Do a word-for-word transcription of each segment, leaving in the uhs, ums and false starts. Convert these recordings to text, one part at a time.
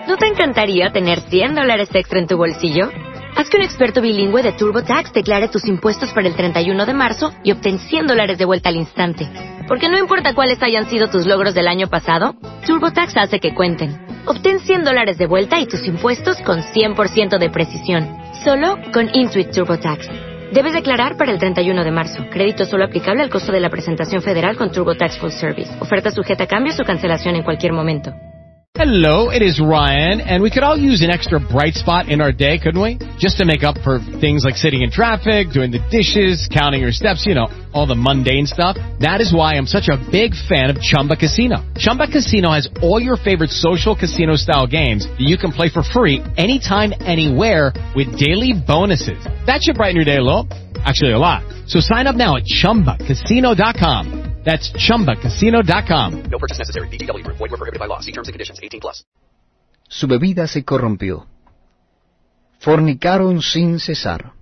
¿No te encantaría tener cien dólares extra en tu bolsillo? Haz que un experto bilingüe de TurboTax declare tus impuestos para el treinta y uno de marzo y obtén cien dólares de vuelta al instante. Porque no importa cuáles hayan sido tus logros del año pasado, TurboTax hace que cuenten. Obtén cien dólares de vuelta y tus impuestos con cien por ciento de precisión. Solo con Intuit TurboTax. Debes declarar para el treinta y uno de marzo. Crédito solo aplicable al costo de la presentación federal con TurboTax Full Service. Oferta sujeta a cambios o cancelación en cualquier momento. Hello, it is Ryan, and we could all use an extra bright spot in our day, couldn't we? Just to make up for things like sitting in traffic, doing the dishes, counting your steps, you know, all the mundane stuff. That is why I'm such a big fan of Chumba Casino. Chumba Casino has all your favorite social casino-style games that you can play for free anytime, anywhere with daily bonuses. That should brighten your day a little. Actually, a lot. So sign up now at chumba casino dot com. That's chumba casino dot com. No purchase necessary. V G W Group. Void where prohibited by law. See terms and conditions. eighteen plus. Su bebida se corrompió. Fornicaron sin cesar.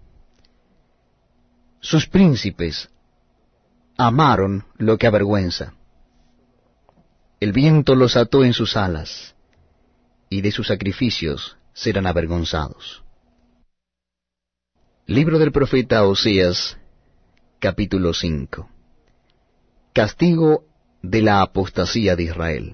Sus príncipes amaron lo que avergüenza. El viento los ató en sus alas, y de sus sacrificios serán avergonzados. Libro del profeta Oseas, capítulo cinco. Castigo de la apostasía de Israel.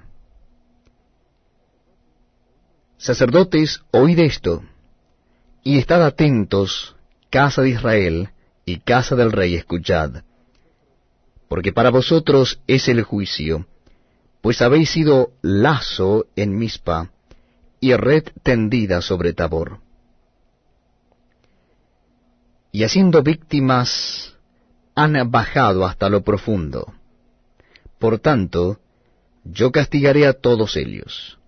Sacerdotes, oíd esto, y estad atentos, casa de Israel y casa del rey, escuchad, porque para vosotros es el juicio, pues habéis sido lazo en Mizpa y red tendida sobre Tabor. Y haciendo víctimas han bajado hasta lo profundo. Por tanto, yo castigaré a todos ellos.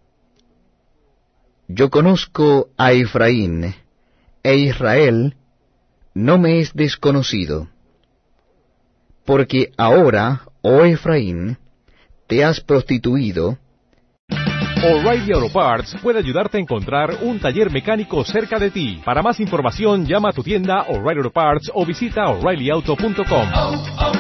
Yo conozco a Efraín, e Israel no me es desconocido. Porque ahora, oh Efraín, te has prostituido. O'Reilly Auto Parts puede ayudarte a encontrar un taller mecánico cerca de ti. Para más información, llama a tu tienda O'Reilly Auto Parts o visita O'Reilly Auto punto com.